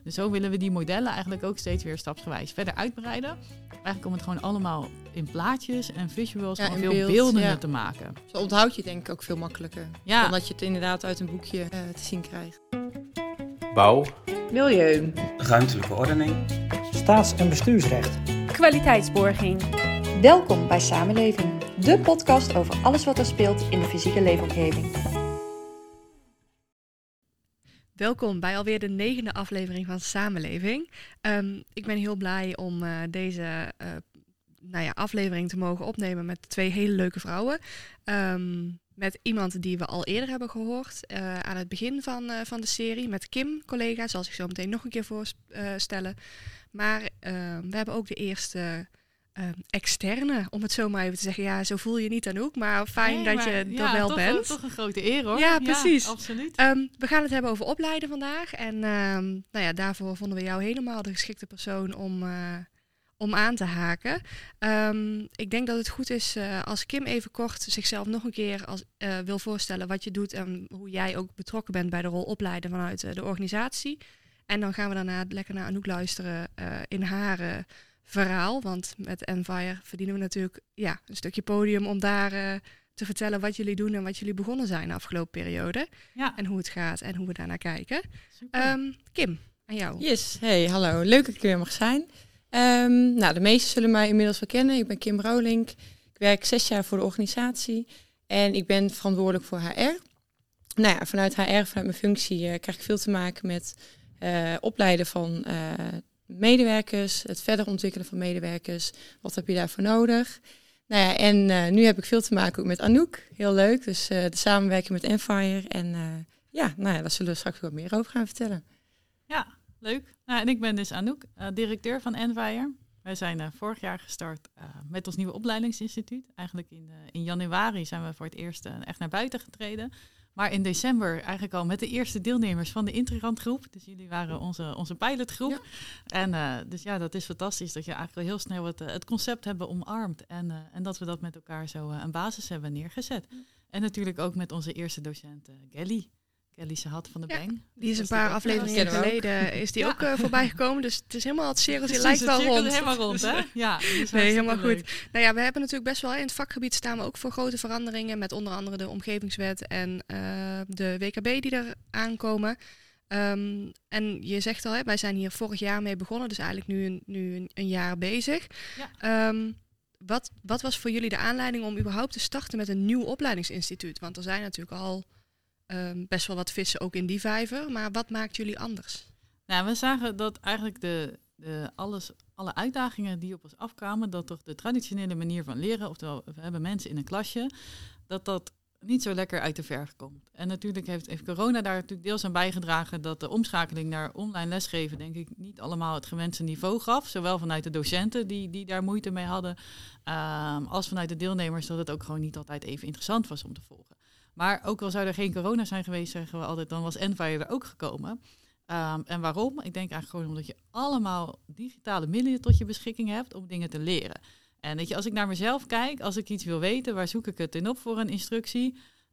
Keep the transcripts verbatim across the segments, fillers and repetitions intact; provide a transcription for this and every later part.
Dus zo willen we die modellen eigenlijk ook steeds weer stapsgewijs verder uitbreiden. Eigenlijk om het gewoon allemaal in plaatjes en visuals ja, gewoon veel beeld, beeldender ja. te maken. Zo onthoud je denk ik ook veel makkelijker. Ja. Dan dat je het inderdaad uit een boekje uh, te zien krijgt. Bouw, milieu, ruimtelijke ordening, staats- en bestuursrecht, kwaliteitsborging. Welkom bij Samenleving, de podcast over alles wat er speelt in de fysieke leefomgeving. Welkom bij alweer de negende aflevering van Samenleving. Um, ik ben heel blij om uh, deze uh, nou ja, aflevering te mogen opnemen met twee hele leuke vrouwen. Um, met iemand die we al eerder hebben gehoord uh, aan het begin van, uh, van de serie. Met Kim, collega, zal ik zo meteen nog een keer voorstellen. Maar uh, we hebben ook de eerste uh, externe, om het zo maar even te zeggen. Ja, zo voel je niet Anouk, maar fijn Nee, dat maar, je ja, er wel toch, bent. Toch een grote eer hoor. Ja, precies. Ja, absoluut. Um, we gaan het hebben over opleiden vandaag. En um, nou ja, daarvoor vonden we jou helemaal de geschikte persoon om, uh, om aan te haken. Um, ik denk dat het goed is uh, als Kim even kort zichzelf nog een keer als, uh, wil voorstellen wat je doet en hoe jij ook betrokken bent bij de rol opleiden vanuit uh, de organisatie. En dan gaan we daarna lekker naar Anouk luisteren uh, in haar uh, verhaal. Want met Envire verdienen we natuurlijk ja, een stukje podium om daar uh, te vertellen wat jullie doen en wat jullie begonnen zijn de afgelopen periode. Ja. En hoe het gaat en hoe we daarnaar kijken. Um, Kim, aan jou. Yes, hey, hallo. Leuk dat ik er weer mag zijn. Um, nou, de meesten zullen mij inmiddels wel kennen. Ik ben Kim Rowlink. Ik werk zes jaar voor de organisatie. En ik ben verantwoordelijk voor H R. Nou ja, vanuit H R, vanuit mijn functie, uh, krijg ik veel te maken met uh, opleiden van uh, medewerkers. Het verder ontwikkelen van medewerkers. Wat heb je daarvoor nodig? Nou ja, en uh, nu heb ik veel te maken ook met Anouk. Heel leuk. Dus uh, de samenwerking met Envire. En uh, ja, nou ja, daar zullen we straks wat meer over gaan vertellen. Ja, leuk. Nou, en ik ben dus Anouk, uh, directeur van Envire. Wij zijn uh, vorig jaar gestart uh, met ons nieuwe opleidingsinstituut. Eigenlijk in, uh, in januari zijn we voor het eerst uh, echt naar buiten getreden. Maar in december eigenlijk al met de eerste deelnemers van de Integrant groep. Dus jullie waren onze, onze pilotgroep. Ja. En uh, dus ja, dat is fantastisch dat je eigenlijk al heel snel het, uh, het concept hebben omarmd. En, uh, en dat we dat met elkaar zo uh, een basis hebben neergezet. Ja. En natuurlijk ook met onze eerste docent uh, Gelly. Kelly Sahat van de ja, Beng. Die is een paar afleveringen geleden is die ja. ook uh, voorbij gekomen. Dus het is helemaal het cirkeltje lijkt wel rond. Het helemaal rond, hè? Ja, nee, helemaal goed. Leuk. Nou ja, we hebben natuurlijk best wel in het vakgebied staan we ook voor grote veranderingen met onder andere de omgevingswet en uh, de W K B die er aankomen. Um, en je zegt al, hè, wij zijn hier vorig jaar mee begonnen, dus eigenlijk nu een, nu een, een jaar bezig. Ja. Um, wat, wat was voor jullie de aanleiding om überhaupt te starten met een nieuw opleidingsinstituut? Want er zijn natuurlijk al Um, best wel wat vissen ook in die vijver. Maar wat maakt jullie anders? Nou, we zagen dat eigenlijk de, de alles, alle uitdagingen die op ons afkwamen, dat toch de traditionele manier van leren, oftewel we hebben mensen in een klasje, dat dat niet zo lekker uit de verf komt. En natuurlijk heeft, heeft corona daar natuurlijk deels aan bijgedragen dat de omschakeling naar online lesgeven, denk ik, niet allemaal het gewenste niveau gaf. Zowel vanuit de docenten die, die daar moeite mee hadden, um, als vanuit de deelnemers, dat het ook gewoon niet altijd even interessant was om te volgen. Maar ook al zou er geen corona zijn geweest, zeggen we altijd, dan was Envire er ook gekomen. Um, en waarom? Ik denk eigenlijk gewoon omdat je allemaal digitale middelen tot je beschikking hebt om dingen te leren. En weet je, als ik naar mezelf kijk, als ik iets wil weten, waar zoek ik het in op voor een instructie?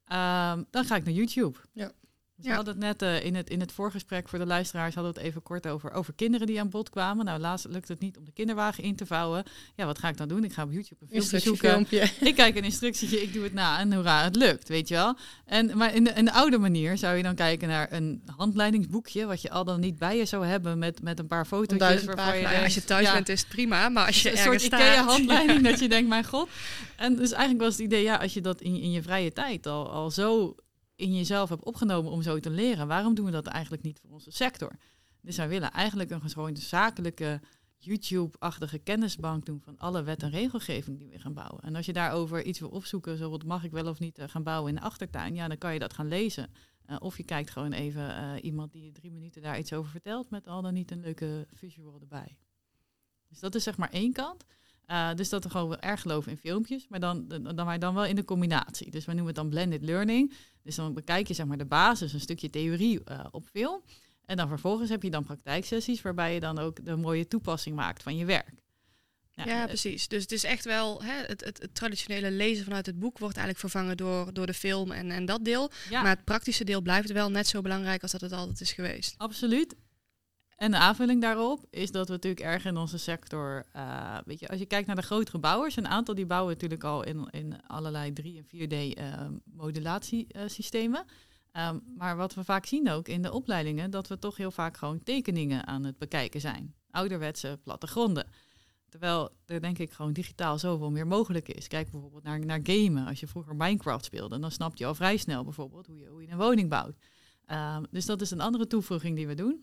Um, dan ga ik naar YouTube. Ja. Dus we ja. hadden het net uh, in, het, in het voorgesprek voor de luisteraars hadden we het even kort over, over kinderen die aan bod kwamen. Nou, laatst lukt het niet om de kinderwagen in te vouwen. Ja, wat ga ik dan doen? Ik ga op YouTube een filmpje zoeken. Ik kijk een instructietje, ik doe het na en hoera, het lukt, weet je wel. En, maar in de, in de oude manier zou je dan kijken naar een handleidingsboekje, wat je al dan niet bij je zou hebben met, met een paar foto's. Waarvan je denkt, als je thuis ja, bent is het prima, maar als je een ergens soort IKEA-handleiding dat je denkt, mijn god. En dus eigenlijk was het idee, ja, als je dat in, in je vrije tijd al, al zo in jezelf hebt opgenomen om zo te leren, waarom doen we dat eigenlijk niet voor onze sector? Dus wij willen eigenlijk een gewoon zakelijke YouTube-achtige kennisbank doen van alle wet en regelgeving die we gaan bouwen. En als je daarover iets wil opzoeken, zo wat mag ik wel of niet uh, gaan bouwen in de achtertuin, ja, dan kan je dat gaan lezen. Uh, of je kijkt gewoon even uh, iemand die drie minuten daar iets over vertelt met al dan niet een leuke visual erbij. Dus dat is zeg maar één kant. Uh, dus dat we gewoon wel erg geloven in filmpjes, maar dan, dan, dan, maar dan wel in de combinatie. Dus we noemen het dan blended learning. Dus dan bekijk je zeg maar de basis, een stukje theorie uh, op film. En dan vervolgens heb je dan praktijksessies waarbij je dan ook de mooie toepassing maakt van je werk. Ja, ja precies. Dus het is echt wel, hè, het, het, het traditionele lezen vanuit het boek wordt eigenlijk vervangen door, door de film en, en dat deel. Ja. Maar het praktische deel blijft wel net zo belangrijk als dat het altijd is geweest. Absoluut. En de aanvulling daarop is dat we natuurlijk erg in onze sector... Uh, weet je, als je kijkt naar de grotere bouwers... een aantal die bouwen natuurlijk al in, in allerlei drie- en vier D-modulatiesystemen. Uh, um, maar wat we vaak zien ook in de opleidingen... dat we toch heel vaak gewoon tekeningen aan het bekijken zijn. Ouderwetse plattegronden. Terwijl er denk ik gewoon digitaal zoveel meer mogelijk is. Kijk bijvoorbeeld naar, naar gamen. Als je vroeger Minecraft speelde... dan snap je al vrij snel bijvoorbeeld hoe je, hoe je een woning bouwt. Um, dus dat is een andere toevoeging die we doen...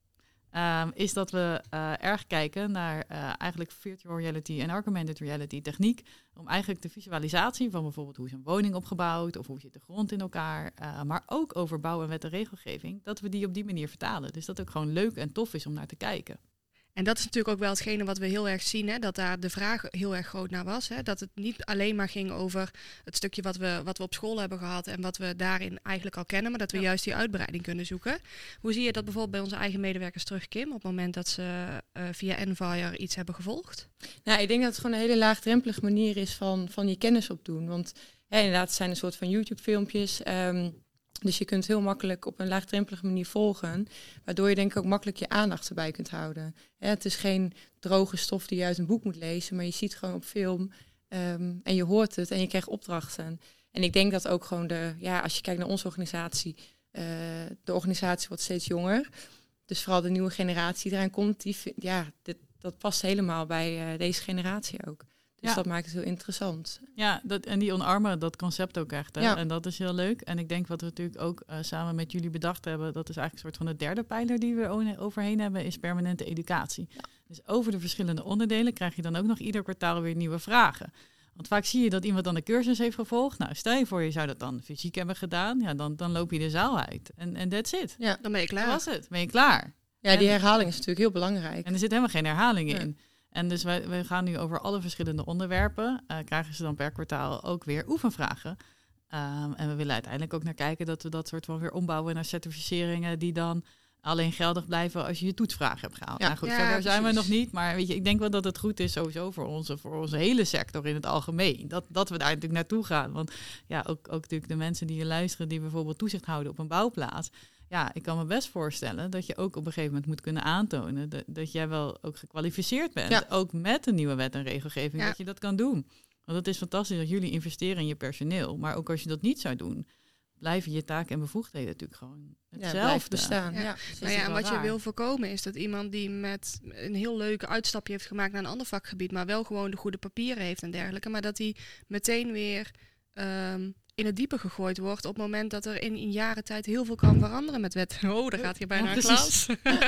Um, is dat we uh, erg kijken naar uh, eigenlijk virtual reality en augmented reality techniek. Om eigenlijk de visualisatie van bijvoorbeeld hoe is een woning opgebouwd of hoe zit de grond in elkaar. Uh, maar ook over bouw en wet en regelgeving, dat we die op die manier vertalen. Dus dat het ook gewoon leuk en tof is om naar te kijken. En dat is natuurlijk ook wel hetgene wat we heel erg zien, hè, dat daar de vraag heel erg groot naar was. Hè, dat het niet alleen maar ging over het stukje wat we, wat we op school hebben gehad en wat we daarin eigenlijk al kennen, maar dat we ja. juist die uitbreiding kunnen zoeken. Hoe zie je dat bijvoorbeeld bij onze eigen medewerkers terug, Kim, op het moment dat ze uh, via Envire iets hebben gevolgd? Nou, ik denk dat het gewoon een hele laagdrempelige manier is van, van je kennis opdoen. Want ja, inderdaad, het zijn een soort van YouTube-filmpjes. Um, Dus je kunt heel makkelijk op een laagdrempelige manier volgen, waardoor je denk ik ook makkelijk je aandacht erbij kunt houden. Ja, het is geen droge stof die je uit een boek moet lezen, maar je ziet gewoon op film um, en je hoort het en je krijgt opdrachten. En ik denk dat ook gewoon de, ja, als je kijkt naar onze organisatie, uh, de organisatie wordt steeds jonger. Dus vooral de nieuwe generatie die eraan komt, die, ja, dit, dat past helemaal bij uh, deze generatie ook. Dus ja. dat maakt het heel interessant. Ja, dat, en die omarmen dat concept ook echt. Hè? Ja. En dat is heel leuk. En ik denk wat we natuurlijk ook uh, samen met jullie bedacht hebben... dat is eigenlijk een soort van de derde pijler die we overheen hebben... is permanente educatie. Ja. Dus over de verschillende onderdelen krijg je dan ook nog ieder kwartaal weer nieuwe vragen. Want vaak zie je dat iemand dan de cursus heeft gevolgd. Nou, stel je voor je zou dat dan fysiek hebben gedaan. Ja, dan, dan loop je de zaal uit. En, en that's it. Ja, dan ben je klaar. Dat was het. Ben je klaar. Ja, die herhaling is natuurlijk heel belangrijk. En er zit helemaal geen herhaling ja. in. En dus wij, wij gaan nu over alle verschillende onderwerpen. Uh, krijgen ze dan per kwartaal ook weer oefenvragen. Um, en we willen uiteindelijk ook naar kijken dat we dat soort van weer ombouwen naar certificeringen die dan alleen geldig blijven als je je toetsvraag hebt gehaald. Ja. Nou goed, ja, zover zijn we nog niet. Maar weet je, ik denk wel dat het goed is sowieso voor onze, voor onze hele sector in het algemeen. Dat, dat we daar natuurlijk naartoe gaan. Want ja, ook, ook natuurlijk de mensen die je luisteren die bijvoorbeeld toezicht houden op een bouwplaats. Ja, ik kan me best voorstellen dat je ook op een gegeven moment moet kunnen aantonen dat, dat jij wel ook gekwalificeerd bent. Ja. Ook met de nieuwe wet en regelgeving, ja. dat je dat kan doen. Want het is fantastisch dat jullie investeren in je personeel. Maar ook als je dat niet zou doen, blijven je taken en bevoegdheden natuurlijk gewoon hetzelfde. Ja, bestaan. Ja. Ja. Nou ja, en wat raar. je wil voorkomen is dat iemand die met een heel leuk uitstapje heeft gemaakt naar een ander vakgebied, maar wel gewoon de goede papieren heeft en dergelijke, maar dat die meteen weer um, in het diepe gegooid wordt op het moment dat er in, in jaren tijd heel veel kan veranderen met wet. Oh, daar gaat hier bijna een glas.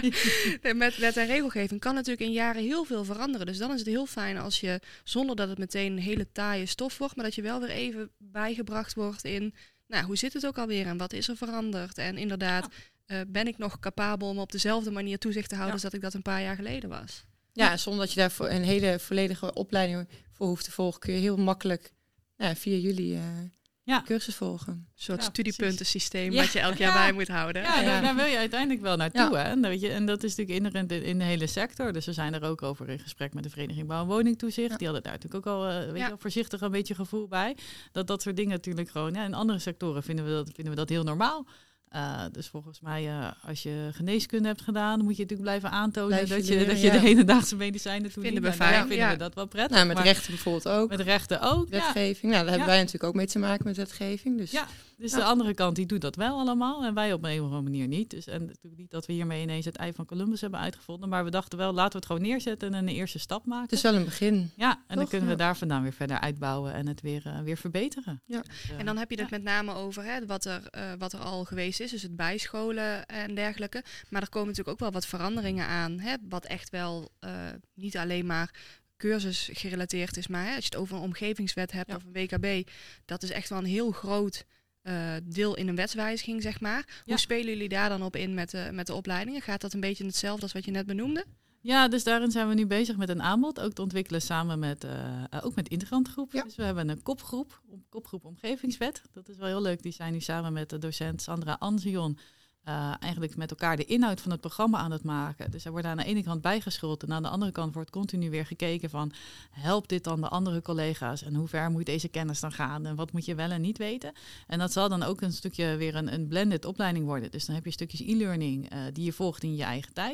Met wet en regelgeving kan natuurlijk in jaren heel veel veranderen. Dus dan is het heel fijn als je, zonder dat het meteen een hele taaie stof wordt, maar dat je wel weer even bijgebracht wordt in, nou, hoe zit het ook alweer en wat is er veranderd? En inderdaad, ja. uh, ben ik nog capabel om op dezelfde manier toezicht te houden ja. als dat ik dat een paar jaar geleden was? Ja, ja, zonder dat je daarvoor een hele volledige opleiding voor hoeft te volgen, kun je heel makkelijk ja, via jullie... Uh, Ja. cursus volgen. Een soort ja, studiepuntensysteem ja. wat je elk jaar ja. bij moet houden. Ja, ja. Daar, daar wil je uiteindelijk wel naartoe. Ja. Hè? En, weet je, en dat is natuurlijk inherent in, in de hele sector. Dus we zijn er ook over in gesprek met de Vereniging Bouw en Woningtoezicht. Ja. Die hadden daar natuurlijk ook al uh, weet ja. je wel, voorzichtig een beetje gevoel bij. Dat dat soort dingen natuurlijk gewoon... Ja, in andere sectoren vinden we dat, vinden we dat heel normaal. Uh, dus volgens mij, uh, als je geneeskunde hebt gedaan, dan moet je natuurlijk blijven aantonen Blijf dat je, leren, dat je ja. de hedendaagse medicijnen toedient. Vinden we fijn. Ja, vinden ja. we dat wel prettig. Nou, met maar rechten bijvoorbeeld ook. Met rechten ook. Wetgeving. Ja. Nou, daar hebben ja. wij natuurlijk ook mee te maken met wetgeving. Dus, ja, dus ja. de andere kant die doet dat wel allemaal en wij op een of andere manier niet. Dus, en natuurlijk niet dat we hiermee ineens het ei van Columbus hebben uitgevonden, maar we dachten wel, laten we het gewoon neerzetten en een eerste stap maken. Het is wel een begin. Ja, en Toch? dan kunnen we ja. daar vandaan weer verder uitbouwen en het weer, uh, weer verbeteren. Ja. Dus, uh, en dan heb je het ja. met name over hè, wat, er, uh, wat er al geweest is, dus het bijscholen en dergelijke. Maar er komen natuurlijk ook wel wat veranderingen aan, hè, wat echt wel uh, niet alleen maar cursus gerelateerd is, maar hè, als je het over een omgevingswet hebt ja. of een W K B, dat is echt wel een heel groot uh, deel in een wetswijziging, zeg maar. Ja. Hoe spelen jullie daar dan op in met de, met de opleidingen? Gaat dat een beetje hetzelfde als wat je net benoemde? Ja, dus daarin zijn we nu bezig met een aanbod, ook te ontwikkelen samen met, uh, uh, ook met Integrant Groep. Ja. Dus we hebben een kopgroep, kopgroep Omgevingswet. Dat is wel heel leuk. Die zijn nu samen met de docent Sandra Anzion Uh, eigenlijk met elkaar de inhoud van het programma aan het maken. Dus er wordt aan de ene kant bijgeschoold en aan de andere kant wordt continu weer gekeken van, helpt dit dan de andere collega's en hoe ver moet deze kennis dan gaan en wat moet je wel en niet weten. En dat zal dan ook een stukje weer een, een blended opleiding worden. Dus dan heb je stukjes e-learning uh, die je volgt in je eigen tijd.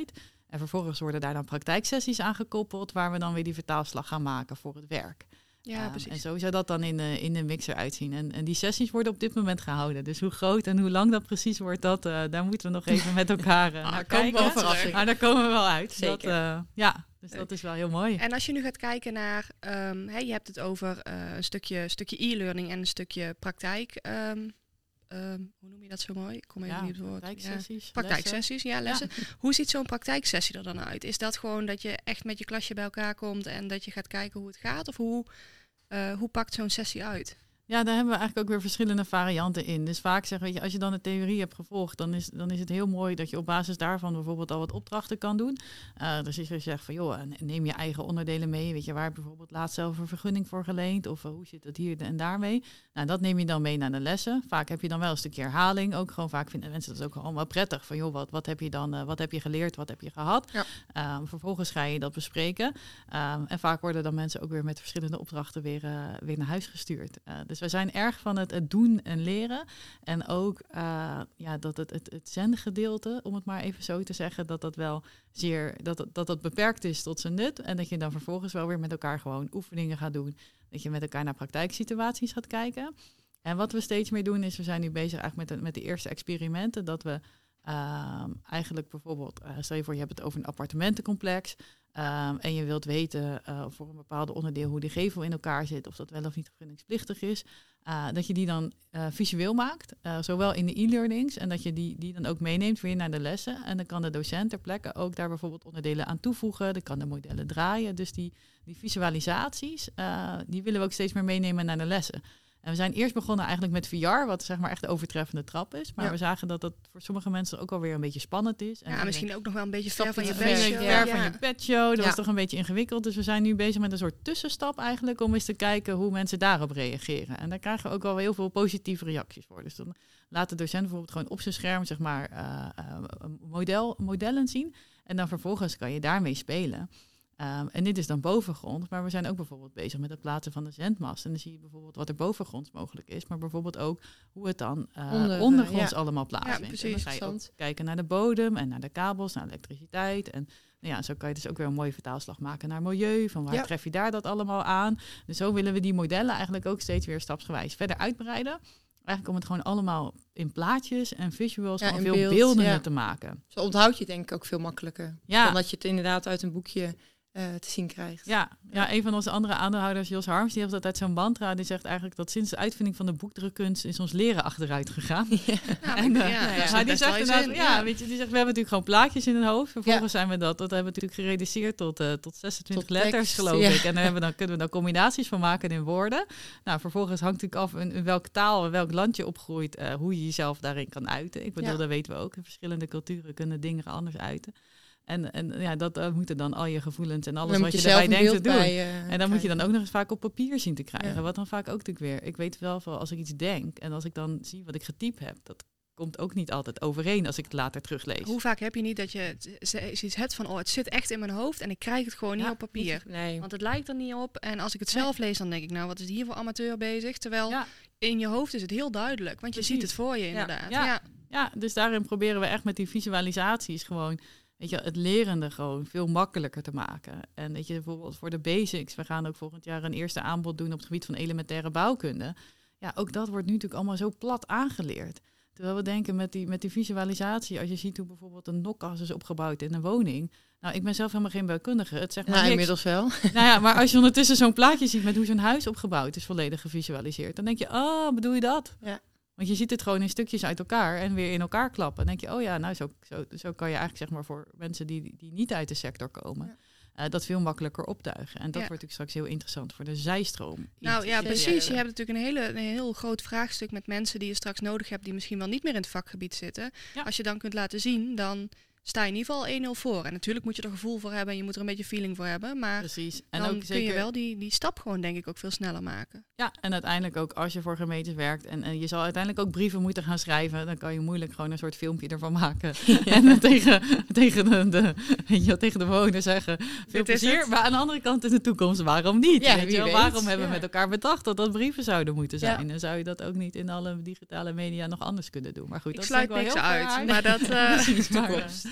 En vervolgens worden daar dan praktijksessies aan gekoppeld, waar we dan weer die vertaalslag gaan maken voor het werk. Ja, Um, precies. en zo zou dat dan in de, in de mixer uitzien. En, en die sessies worden op dit moment gehouden. Dus hoe groot en hoe lang dat precies wordt, dat, uh, daar moeten we nog even met elkaar uh, Ah, naar komt kijken. wel verrassing. Maar daar komen we wel uit. Zeker. Dat, uh, ja, dus dat is wel heel mooi. En als je nu gaat kijken naar, um, hey, je hebt het over uh, een stukje, stukje e-learning en een stukje praktijk. Um, um, hoe noem je dat zo mooi? Ik kom even Ja, niet op het woord. praktijksessies, Ja. Praktijksessies, ja, lessen. Ja. Hoe ziet zo'n praktijksessie er dan uit? Is dat gewoon dat je echt met je klasje bij elkaar komt en dat je gaat kijken hoe het gaat? Of hoe, uh, hoe pakt zo'n sessie uit? Ja, daar hebben we eigenlijk ook weer verschillende varianten in. Dus vaak zeg weet je, als je dan de theorie hebt gevolgd, dan is, dan is het heel mooi dat je op basis daarvan bijvoorbeeld al wat opdrachten kan doen. Uh, dus als je zegt van joh, neem je eigen onderdelen mee. Weet je, waar heb je bijvoorbeeld laatst zelf een vergunning voor geleend? Of uh, hoe zit het hier en daarmee? Nou, dat neem je dan mee naar de lessen. Vaak heb je dan wel een stukje herhaling. Ook gewoon vaak vinden mensen dat ook allemaal prettig. Van joh, wat, wat heb je dan, uh, wat heb je geleerd? Wat heb je gehad? Ja. Um, vervolgens ga je dat bespreken. Um, en vaak worden dan mensen ook weer met verschillende opdrachten weer, uh, weer naar huis gestuurd. Uh, dus wij zijn erg van het, het doen en leren. En ook uh, ja, dat het, het, het zengedeelte, om het maar even zo te zeggen, dat dat wel zeer, dat het, dat dat beperkt is tot zijn nut. En dat je dan vervolgens wel weer met elkaar gewoon oefeningen gaat doen. Dat je met elkaar naar praktijksituaties gaat kijken. En wat we steeds meer doen is, we zijn nu bezig eigenlijk met de, met de eerste experimenten, dat we uh, eigenlijk bijvoorbeeld, uh, stel je voor je hebt het over een appartementencomplex. Um, en je wilt weten uh, voor een bepaalde onderdeel hoe de gevel in elkaar zit, of dat wel of niet vergunningsplichtig is, uh, dat je die dan uh, visueel maakt, uh, zowel in de e-learnings, en dat je die, die dan ook meeneemt weer naar de lessen. En dan kan de docent ter plekke ook daar bijvoorbeeld onderdelen aan toevoegen, dan kan de modellen draaien. Dus die, die visualisaties, uh, die willen we ook steeds meer meenemen naar de lessen. En we zijn eerst begonnen eigenlijk met V R, wat zeg maar echt de overtreffende trap is. Maar ja. we zagen dat dat voor sommige mensen ook alweer een beetje spannend is. En ja, misschien denk, ook nog wel een beetje ver van je bedshow. bedshow. Ver Ja. van je bedshow, dat ja. was toch een beetje ingewikkeld. Dus we zijn nu bezig met een soort tussenstap eigenlijk, om eens te kijken hoe mensen daarop reageren. En daar krijgen we ook wel heel veel positieve reacties voor. Dus dan laat de docent bijvoorbeeld gewoon op zijn scherm zeg maar uh, uh, model, modellen zien. En dan vervolgens kan je daarmee spelen. Um, en dit is dan bovengrond, maar we zijn ook bijvoorbeeld bezig met het plaatsen van de zendmast. En dan zie je bijvoorbeeld wat er bovengronds mogelijk is, maar bijvoorbeeld ook hoe het dan uh, Onder, ondergronds uh, ja. allemaal plaatsvindt. Ja, precies. En dan ga je ook kijken naar de bodem en naar de kabels, naar elektriciteit. En nou ja, zo kan je dus ook weer een mooie vertaalslag maken naar milieu. Van waar ja. tref je daar dat allemaal aan? Dus zo willen we die modellen eigenlijk ook steeds weer stapsgewijs verder uitbreiden. Eigenlijk om het gewoon allemaal in plaatjes en visuals ja, veel beeld, beeldender ja. te maken. Zo onthoud je denk ik ook veel makkelijker. Ja. Dan dat je het inderdaad uit een boekje Uh, te zien krijgt. Ja, ja, een van onze andere aandeelhouders, Jos Harms, die heeft altijd zo'n mantra. Die zegt eigenlijk dat sinds de uitvinding van de boekdrukkunst is ons leren achteruit gegaan. Ja. Ja, en, uh, ja, ja, maar die zegt inderdaad, ja, ja. weet je, die zegt, we hebben natuurlijk gewoon plaatjes in het hoofd. Vervolgens ja. zijn we dat, dat hebben we natuurlijk gereduceerd tot, uh, tot zesentwintig tot letters, tekst, geloof ja. ik. En daar hebben we dan, kunnen we dan combinaties van maken in woorden. Nou, vervolgens hangt natuurlijk af in, in welke taal en welk land je opgroeit, uh, hoe je jezelf daarin kan uiten. Ik bedoel, ja. dat weten we ook. In verschillende culturen kunnen dingen anders uiten. En, en ja, dat uh, moeten dan al je gevoelens en alles wat je, je erbij denkt te doen. Bij, uh, en dan krijgen. Moet je dan ook nog eens vaak op papier zien te krijgen. Ja. Wat dan vaak ook natuurlijk weer. Ik weet wel van als ik iets denk en als ik dan zie wat ik getypt heb, dat komt ook niet altijd overeen als ik het later teruglees. Hoe vaak heb je niet dat je zoiets hebt van, oh, het zit echt in mijn hoofd en ik krijg het gewoon ja, niet op papier. Nee. Want het lijkt er niet op. En als ik het zelf lees, dan denk ik, nou, wat is hier voor amateur bezig? Terwijl ja. in je hoofd is het heel duidelijk, want je Precies. ziet het voor je inderdaad. Ja. Ja. Ja. ja, dus daarin proberen we echt met die visualisaties gewoon, weet je, het lerende gewoon veel makkelijker te maken. En weet je, bijvoorbeeld voor de basics, we gaan ook volgend jaar een eerste aanbod doen op het gebied van elementaire bouwkunde. Ja, ook dat wordt nu natuurlijk allemaal zo plat aangeleerd. Terwijl we denken met die, met die visualisatie, als je ziet hoe bijvoorbeeld een nokkas is opgebouwd in een woning. Nou, ik ben zelf helemaal geen bouwkundige. Het zegt maar nou, niks. Inmiddels wel. Nou ja, maar als je ondertussen zo'n plaatje ziet met hoe zo'n huis opgebouwd is, volledig gevisualiseerd, dan denk je, oh, bedoel je dat? Ja. Want je ziet het gewoon in stukjes uit elkaar en weer in elkaar klappen. Dan denk je, oh ja, nou zo, zo, zo kan je eigenlijk zeg maar voor mensen die, die niet uit de sector komen, ja. uh, dat veel makkelijker optuigen. En dat ja. wordt natuurlijk straks heel interessant voor de zijstroom. Nou ja, precies. Je hebt natuurlijk een, hele, een heel groot vraagstuk met mensen die je straks nodig hebt, die misschien wel niet meer in het vakgebied zitten. Ja. Als je dan kunt laten zien, dan sta je in ieder geval één nul voor. En natuurlijk moet je er gevoel voor hebben en je moet er een beetje feeling voor hebben. Maar Precies. En dan ook kun zeker je wel die, die stap gewoon denk ik ook veel sneller maken. Ja, en uiteindelijk ook als je voor gemeentes werkt en, en je zal uiteindelijk ook brieven moeten gaan schrijven, dan kan je moeilijk gewoon een soort filmpje ervan maken. Ja. En tegen, tegen, de, de, weet je, tegen de bewoner zeggen, veel plezier. Maar aan de andere kant in de toekomst, waarom niet? Ja, weet je wel? weet. Waarom hebben ja. we met elkaar bedacht dat dat brieven zouden moeten zijn? Ja. En zou je dat ook niet in alle digitale media nog anders kunnen doen? Maar goed, ik dat sluit is wel niks heel uit, uit. maar dat... Uh, Precies, maar,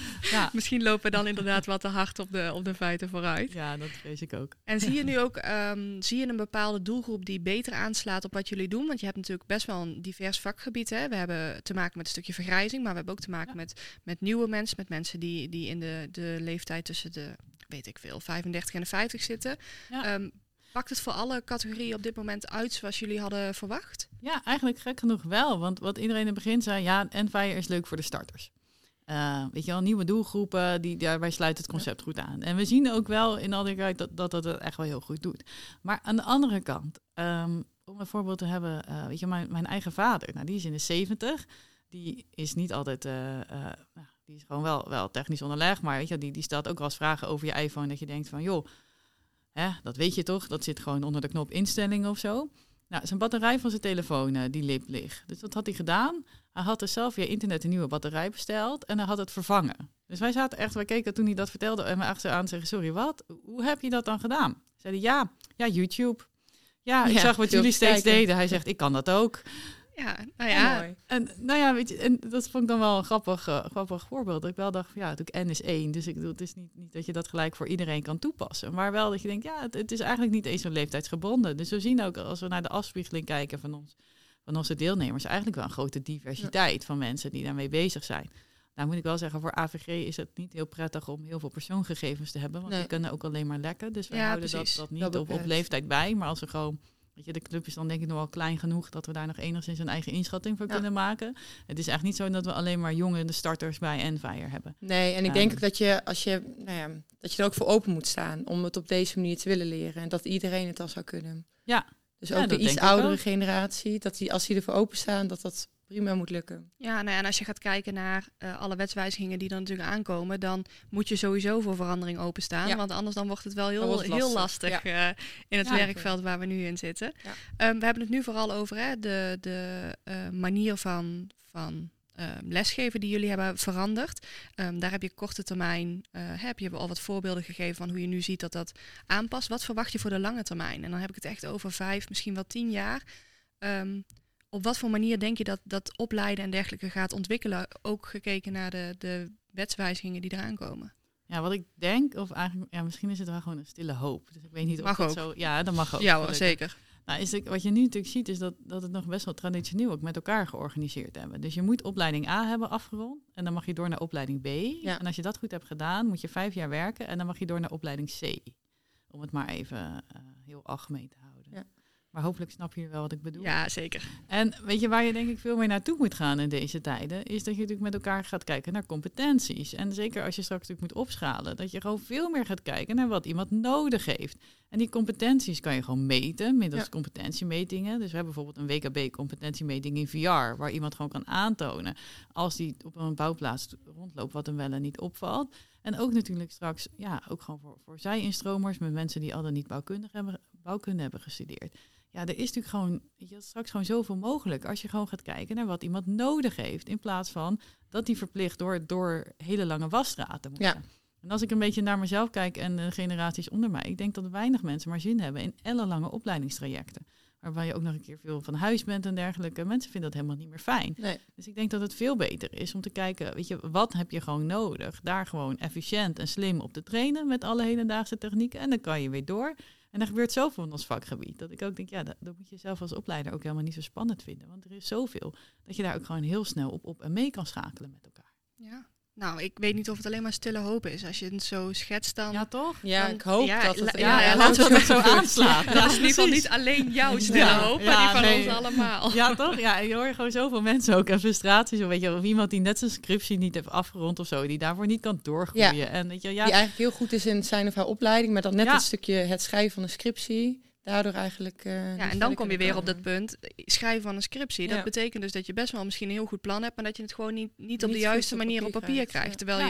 Ja. Misschien lopen we dan inderdaad wat te hard op de, op de feiten vooruit. Ja, dat vrees ik ook. En zie je nu ook um, zie je een bepaalde doelgroep die beter aanslaat op wat jullie doen? Want je hebt natuurlijk best wel een divers vakgebied. Hè? We hebben te maken met een stukje vergrijzing, maar we hebben ook te maken ja. met, met nieuwe mensen, met mensen die, die in de, de leeftijd tussen de, weet ik veel, vijfendertig en de vijftig zitten. Ja. Um, Pakt het voor alle categorieën op dit moment uit zoals jullie hadden verwacht? Ja, eigenlijk gek genoeg wel. Want wat iedereen in het begin zei, ja, Enfire is leuk voor de starters. Uh, weet je wel, nieuwe doelgroepen, die, daarbij sluit het concept goed aan. En we zien ook wel in al die tijd dat, dat dat het echt wel heel goed doet. Maar aan de andere kant, um, om een voorbeeld te hebben, uh, weet je, mijn, mijn eigen vader, nou, die is in de zeventig. Die is niet altijd, uh, uh, nou, die is gewoon wel, wel technisch onderlegd, maar weet je, die, die stelt ook wel eens vragen over je iPhone, dat je denkt van, joh, hè, dat weet je toch, dat zit gewoon onder de knop instellingen of zo. Nou, zijn batterij van zijn telefoon, uh, die liep leeg. Dus wat had hij gedaan? Hij had er zelf via internet een nieuwe batterij besteld en hij had het vervangen. Dus wij zaten echt, wij keken toen hij dat vertelde en we achter aan zeggen, sorry, wat? Hoe heb je dat dan gedaan? Zei hij, ja, ja, YouTube. Ja, ik ja, zag wat jullie steeds kijken. deden. Hij zegt, ik kan dat ook. Ja, nou ja. En, en nou ja, weet je, en dat vond ik dan wel een grappig, uh, grappig voorbeeld. Dat ik wel dacht, van, ja, natuurlijk N is één. Dus ik bedoel, het is niet, niet dat je dat gelijk voor iedereen kan toepassen. Maar wel dat je denkt, ja, het, het is eigenlijk niet eens zo'n leeftijdsgebonden. Dus we zien ook, als we naar de afspiegeling kijken van, ons, van onze deelnemers, eigenlijk wel een grote diversiteit ja. van mensen die daarmee bezig zijn. Nou moet ik wel zeggen, voor A V G is het niet heel prettig om heel veel persoonsgegevens te hebben. Want nee. die kunnen ook alleen maar lekken. Dus we ja, houden dat, dat niet dat op, op leeftijd bij. Maar als we gewoon... Weet je, de club is dan denk ik nog wel klein genoeg dat we daar nog enigszins een eigen inschatting voor ja. kunnen maken. Het is echt niet zo dat we alleen maar jonge de starters bij Enfire hebben. Nee, en ik um, denk ook dat je, als je, nou ja, dat je er ook voor open moet staan om het op deze manier te willen leren. En dat iedereen het dan zou kunnen. Ja. Dus ook ja, de iets oudere generatie, dat die, als die ervoor openstaan, dat dat prima moet lukken. Ja, nou ja, en als je gaat kijken naar uh, alle wetswijzigingen die dan natuurlijk aankomen, dan moet je sowieso voor verandering openstaan. Ja. Want anders dan wordt het wel heel lastig, heel lastig ja. uh, in het ja, werkveld waar we nu in zitten. Ja. Um, we hebben het nu vooral over hè, de, de uh, manier van, van uh, lesgeven die jullie hebben veranderd. Um, daar heb je korte termijn, uh, heb je al wat voorbeelden gegeven van hoe je nu ziet dat dat aanpast. Wat verwacht je voor de lange termijn? En dan heb ik het echt over vijf, misschien wel tien jaar. Um, Op wat voor manier denk je dat, dat opleiden en dergelijke gaat ontwikkelen? Ook gekeken naar de, de wetswijzigingen die eraan komen. Ja, wat ik denk, of eigenlijk, ja, misschien is het wel gewoon een stille hoop. Dus ik weet niet of mag dat ook. zo... Ja, dat mag ook. Ja hoor, zeker. Nou, is het, wat je nu natuurlijk ziet, is dat, dat het nog best wel traditioneel ook met elkaar georganiseerd hebben. Dus je moet opleiding A hebben afgerond en dan mag je door naar opleiding B. Ja. En als je dat goed hebt gedaan, moet je vijf jaar werken en dan mag je door naar opleiding C. Om het maar even uh, heel algemeen te houden. Ja. Maar hopelijk snap je wel wat ik bedoel. Ja, zeker. En weet je waar je denk ik veel meer naartoe moet gaan in deze tijden, is dat je natuurlijk met elkaar gaat kijken naar competenties. En zeker als je straks natuurlijk moet opschalen, dat je gewoon veel meer gaat kijken naar wat iemand nodig heeft. En die competenties kan je gewoon meten middels ja. competentiemetingen. Dus we hebben bijvoorbeeld een W K B-competentiemeting in V R, waar iemand gewoon kan aantonen als die op een bouwplaats rondloopt wat hem wel en niet opvalt. En ook natuurlijk straks, ja, ook gewoon voor, voor zij-instromers met mensen die al dan niet bouwkundig hebben, bouwkunde hebben gestudeerd. Ja, er is natuurlijk gewoon, je hebt straks gewoon zoveel mogelijk als je gewoon gaat kijken naar wat iemand nodig heeft. In plaats van dat die verplicht door, door hele lange wasstraten moet. Ja. En als ik een beetje naar mezelf kijk en de generaties onder mij, ik denk dat weinig mensen maar zin hebben in ellenlange opleidingstrajecten. Waarbij je ook nog een keer veel van huis bent en dergelijke. Mensen vinden dat helemaal niet meer fijn. Nee. Dus ik denk dat het veel beter is om te kijken, weet je, wat heb je gewoon nodig? Daar gewoon efficiënt en slim op te trainen met alle hedendaagse technieken. En dan kan je weer door. En er gebeurt zoveel in ons vakgebied. Dat ik ook denk, ja, dat, dat moet je zelf als opleider ook helemaal niet zo spannend vinden. Want er is zoveel dat je daar ook gewoon heel snel op, op en mee kan schakelen met elkaar. Ja. Nou, ik weet niet of het alleen maar stille hoop is. Als je het zo schetst dan... Ja, toch? Ja, dan, ik hoop ja, dat het... Ja, ja, ja, laten we het zo aanslaan. Ja, dat is in ieder geval niet alleen jouw stille ja, hoop, maar ja, die van nee. ons allemaal. Ja, toch? Ja, je hoort gewoon zoveel mensen ook en frustraties. Of, weet je, of iemand die net zijn scriptie niet heeft afgerond of zo, die daarvoor niet kan doorgroeien. Ja. En, weet je, ja. Die eigenlijk heel goed is in zijn of haar opleiding, maar dan net ja. het stukje het schrijven van een scriptie... Daardoor eigenlijk... Uh, ja, en dan kom je weer op dat punt. Schrijven van een scriptie. Dat ja. betekent dus dat je best wel misschien een heel goed plan hebt, maar dat je het gewoon niet, niet op niet de juiste manier op papier krijgt. krijgt. Terwijl ja. je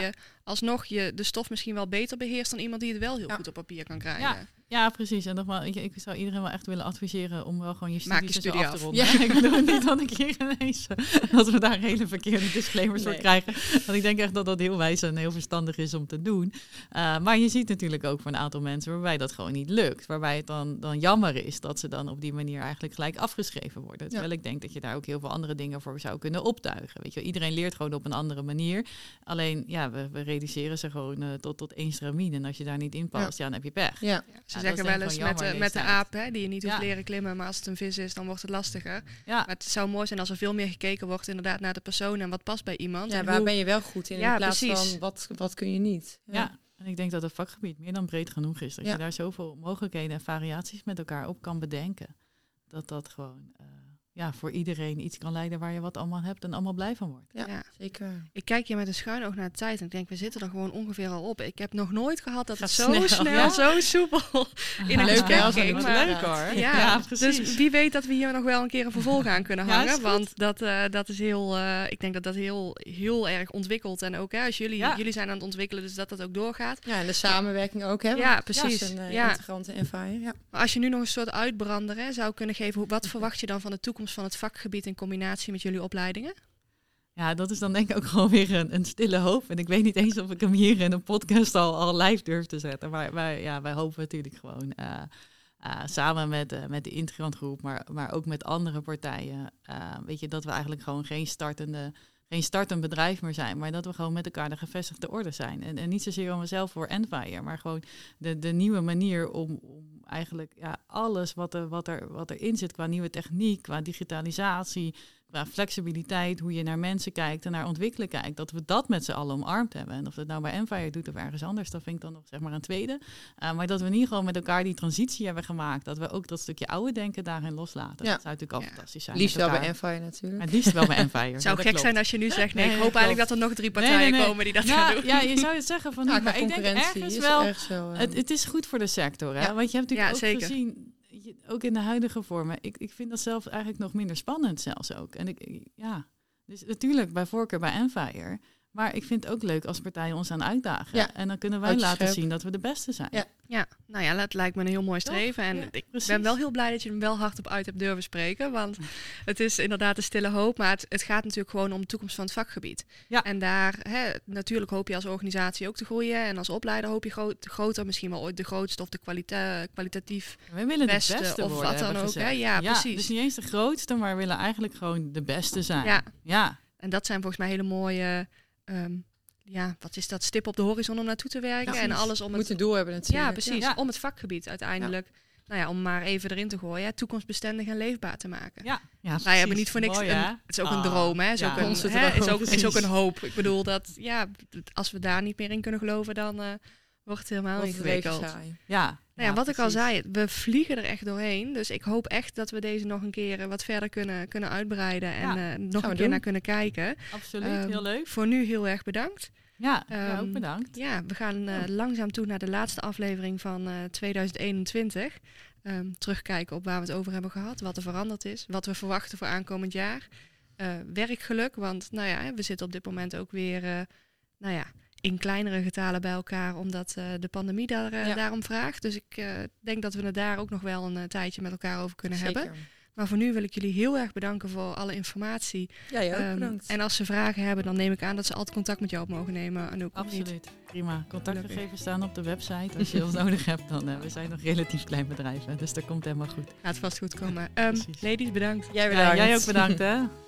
alsnog je de stof misschien wel beter beheerst dan iemand die het wel heel Ja. goed op papier kan krijgen. Ja. Ja, precies. En nogmaals, ik, ik zou iedereen wel echt willen adviseren om wel gewoon je Maak je studies studie af te af. ronden. Ja. Ik bedoel niet dat ik hier ineens uh, dat we daar hele verkeerde disclaimers Nee. voor krijgen. Want ik denk echt dat dat heel wijs en heel verstandig is om te doen. Uh, maar je ziet natuurlijk ook voor een aantal mensen waarbij dat gewoon niet lukt. Waarbij het dan, dan jammer is dat ze dan op die manier eigenlijk gelijk afgeschreven worden. Terwijl ik denk dat je daar ook heel veel andere dingen voor zou kunnen optuigen. Weet je, iedereen leert gewoon op een andere manier. Alleen, ja, we, we reduceren ze gewoon uh, tot, tot één stramine. En als je daar niet in past, ja. ja, dan heb je pech. Ja. Ja, ze Ja, dat zeggen is wel denk ik eens gewoon met de, jammer met de deze aap, hè, die je niet hoeft Ja. leren klimmen, maar als het een vis is, dan wordt het lastiger. Ja. Maar het zou mooi zijn als er veel meer gekeken wordt inderdaad naar de persoon en wat past bij iemand. Ja, en waar hoe- ben je wel goed in, Ja, in plaats precies. van wat, wat kun je niet. Ja, en ik denk dat het vakgebied meer dan breed genoeg is. Dat Ja. je daar zoveel mogelijkheden en variaties met elkaar op kan bedenken. Dat dat gewoon uh, ja, voor iedereen iets kan leiden waar je wat allemaal hebt en allemaal blij van wordt. Ja, Ja. zeker. Ik kijk hier met een schuin oog naar de tijd en ik denk, we zitten er gewoon ongeveer al op. Ik heb nog nooit gehad dat het Gaat zo snel, snel, ja. zo soepel in een Leuk, gesprek hè, als we ging. het Maar, leuk hoor. ja, Ja, precies. dus wie weet dat we hier nog wel een keer een vervolg aan kunnen Ja, hangen. is goed. Want dat, uh, dat is heel, uh, ik denk dat dat heel, heel erg ontwikkelt. En ook hè, als jullie, Ja. jullie zijn aan het ontwikkelen, dus dat dat ook doorgaat. Ja, en de samenwerking ook, hè? Ja, want precies. het is een uh, Ja. integrante Envire. Ja. Maar als je nu nog een soort uitbrander hè, zou kunnen geven, hoe, wat verwacht je dan van de toekomst van het vakgebied in combinatie met jullie opleidingen? Ja, dat is dan denk ik ook gewoon weer een, een stille hoop. En ik weet niet eens of ik hem hier in een podcast al, al live durf te zetten. Maar wij, ja, wij hopen natuurlijk gewoon uh, uh, samen met, uh, met de Integrant groep, maar, maar ook met andere partijen. Uh, weet je, dat we eigenlijk gewoon geen startende, geen startend bedrijf meer zijn. Maar dat we gewoon met elkaar de gevestigde orde zijn. En, en niet zozeer om mezelf voor Envire, maar gewoon de, de nieuwe manier om, om eigenlijk ja, alles wat, er, wat, er, wat erin zit qua nieuwe techniek, qua digitalisatie, qua flexibiliteit, hoe je naar mensen kijkt en naar ontwikkelen kijkt, dat we dat met z'n allen omarmd hebben. En of dat nou bij Envire doet of ergens anders, dat vind ik dan nog zeg maar een tweede. Uh, maar dat we in ieder geval met elkaar die transitie hebben gemaakt, dat we ook dat stukje oude denken daarin loslaten. Ja. Dat zou natuurlijk al Ja. fantastisch zijn. Liefst met wel bij elkaar. Envire natuurlijk. Het liefst wel bij Envire. Het Ja, zou dat gek klopt. zijn als je nu zegt, nee, Nee, ik hoop dat eigenlijk klopt. dat er nog drie Nee, partijen nee, nee. komen die dat ja, gaan doen. Ja, je zou het zeggen van Ja, niet, qua maar ik denk concurrentie ergens is wel, het erg zo. uh, het, het is goed voor de sector. Hè? Ja. Want je hebt natuurlijk Ja, ook zeker. gezien, je- ook in de huidige vormen, ik, ik vind dat zelf eigenlijk nog minder spannend zelfs ook. En ik, ik- ja, dus natuurlijk bij voorkeur bij Envire. Maar ik vind het ook leuk als partijen ons aan uitdagen. Ja. En dan kunnen wij Uit laten scherp. zien dat we de beste zijn. Ja. Ja, nou ja, dat lijkt me een heel mooi streven. En Ja, ik precies. ben wel heel blij dat je hem wel hardop uit hebt durven spreken. Want het is inderdaad een stille hoop. Maar het, het gaat natuurlijk gewoon om de toekomst van het vakgebied. Ja. En daar, hè, natuurlijk hoop je als organisatie ook te groeien. En als opleider hoop je groot, groter, misschien wel ooit de grootste of de kwalita kwalitatief. We willen beste de beste of worden, wat dan hebben we ook, hè? gezegd. Ja, precies. Dus niet eens de grootste, maar we willen eigenlijk gewoon de beste zijn. Ja. ja. En dat zijn volgens mij hele mooie, ehm, ja, wat is dat, stip op de horizon om naartoe te werken. Ja, en precies. alles om Je het... moet een doel hebben natuurlijk. Ja, precies. Ja. Om het vakgebied uiteindelijk, nou ja, om maar even erin te gooien, hè, toekomstbestendig en leefbaar te maken. Ja, ja, Wij hebben precies. niet voor niks. Mooi, een- hè? het is ook een Ah, droom, hè? Is, ja. ook, een, Onze hè, droom, is, ook, is precies. ook een hoop. Ik bedoel dat, ja, als we daar niet meer in kunnen geloven, dan uh, wordt het helemaal Wordt het leven ingewikkeld. saai. Ja. Nou ja, wat ik al precies. zei, we vliegen er echt doorheen. Dus ik hoop echt dat we deze nog een keer uh, wat verder kunnen, kunnen uitbreiden en Ja, uh, nog we een keer doen. naar kunnen kijken. Absoluut, Ehm, heel leuk. Voor nu heel erg bedankt. Ja, ja ehm, ook bedankt. Ja, we gaan uh, Ja. langzaam toe naar de laatste aflevering van uh, tweeduizend eenentwintig. Um, terugkijken op waar we het over hebben gehad, wat er veranderd is, wat we verwachten voor aankomend jaar. Uh, werkgeluk, want nou ja, we zitten op dit moment ook weer uh, nou ja, in kleinere getalen bij elkaar, omdat uh, de pandemie daar, uh, Ja. daarom vraagt. Dus ik uh, denk dat we het daar ook nog wel een uh, tijdje met elkaar over kunnen Zeker. hebben. Maar voor nu wil ik jullie heel erg bedanken voor alle informatie. Ja, jij ook Um, bedankt. en als ze vragen hebben, dan neem ik aan dat ze altijd contact met jou op mogen nemen, Anouk. of niet? Absoluut, prima. Contactgegevens Gelukkig. staan op de website. Als je ons nodig hebt, dan uh, we zijn nog relatief klein bedrijf. Hè, dus dat komt helemaal goed. Gaat vast goed komen. Um, Precies. ladies, bedankt. Jij Ja, bedankt. jij ook bedankt, hè?